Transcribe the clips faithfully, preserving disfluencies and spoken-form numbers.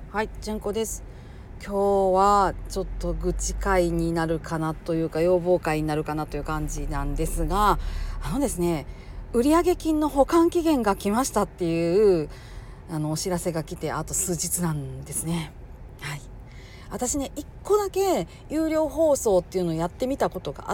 はい、じゅんこです。今日はちょっと愚痴会になるかなというか要望会になるかなという感じなんですが、あのですね、売上金の保管期限が来ましたっていうあのお知らせが来て、あと数日なんですね。はい。私ね、一個だけ有料放送っていうのをやってみたことがあって、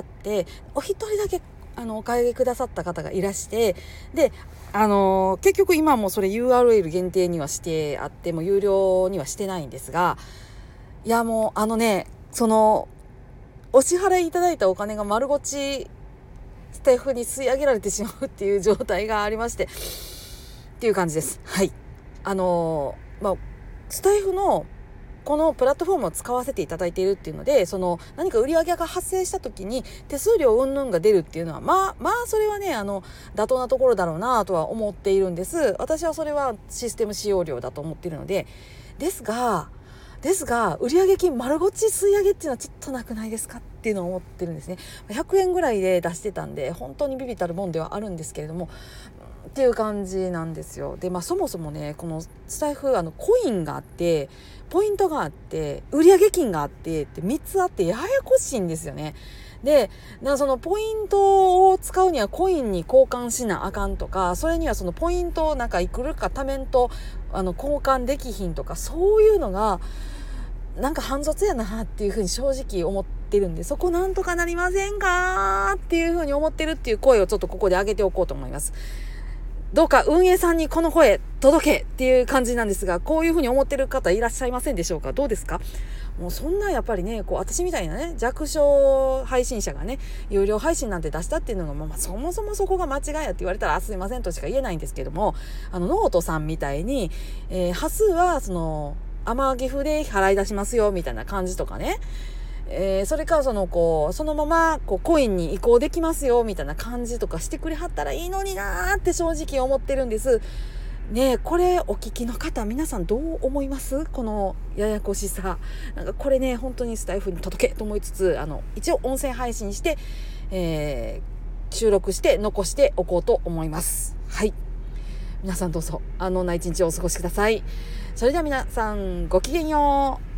お一人だけあのお買い上げくださった方がいらして、で、あのー結局今もそれ ユーアールエル 限定にはしてあっても有料にはしてないんですが、いやもうあのね、そのお支払いいただいたお金が丸ごちスタッフに吸い上げられてしまうっていう状態がありましてっていう感じです。はい。あのーまあスタイフのこのプラットフォームを使わせていただいているっていうので、その何か売り上げが発生した時に手数料云々が出るっていうのは、まあまあそれはね、あの妥当なところだろうなとは思っているんです。私はそれはシステム使用料だと思っているので。ですがですが売上金丸ごち吸い上げっていうのはちょっとなくないですかっていうのを思ってるんですね。ひゃくえんぐらいで出してたんで本当にビビたるもんではあるんですけれども、っていう感じなんですよ。で、まあそもそもね、このスタイフあのコインがあってポイントがあって売上金があってってみっつあってややこしいんですよね。で、そのポイントを使うにはコインに交換しなあかんとか、それにはそのポイントをなんかいくらかためんとあの交換できひんとか、そういうのがなんか煩雑やなっていうふうに正直思ってるんで、そこなんとかなりませんかっていうふうに思ってるっていう声をちょっとここで上げておこうと思います。どうか運営さんにこの声届けっていう感じなんですが、こういうふうに思ってる方いらっしゃいませんでしょうか。どうですか。もうそんなやっぱりね、こう私みたいなね弱小配信者がね有料配信なんて出したっていうのが、まあ、そもそもそこが間違いやって言われたらあすいませんとしか言えないんですけども、あのノートさんみたいに、えー、端数はその天岐阜で払い出しますよみたいな感じとかね、えー、それからそのこうそのままこうコインに移行できますよみたいな感じとかしてくれはったらいいのになーって正直思ってるんですね。えこれお聞きの方皆さんどう思います？このややこしさ、なんかこれね本当にスタイフに届けと思いつつ、あの一応音声配信して、えー、収録して残しておこうと思います。はい、皆さんどうぞあのな一日をお過ごしください。それでは皆さんごきげんよう。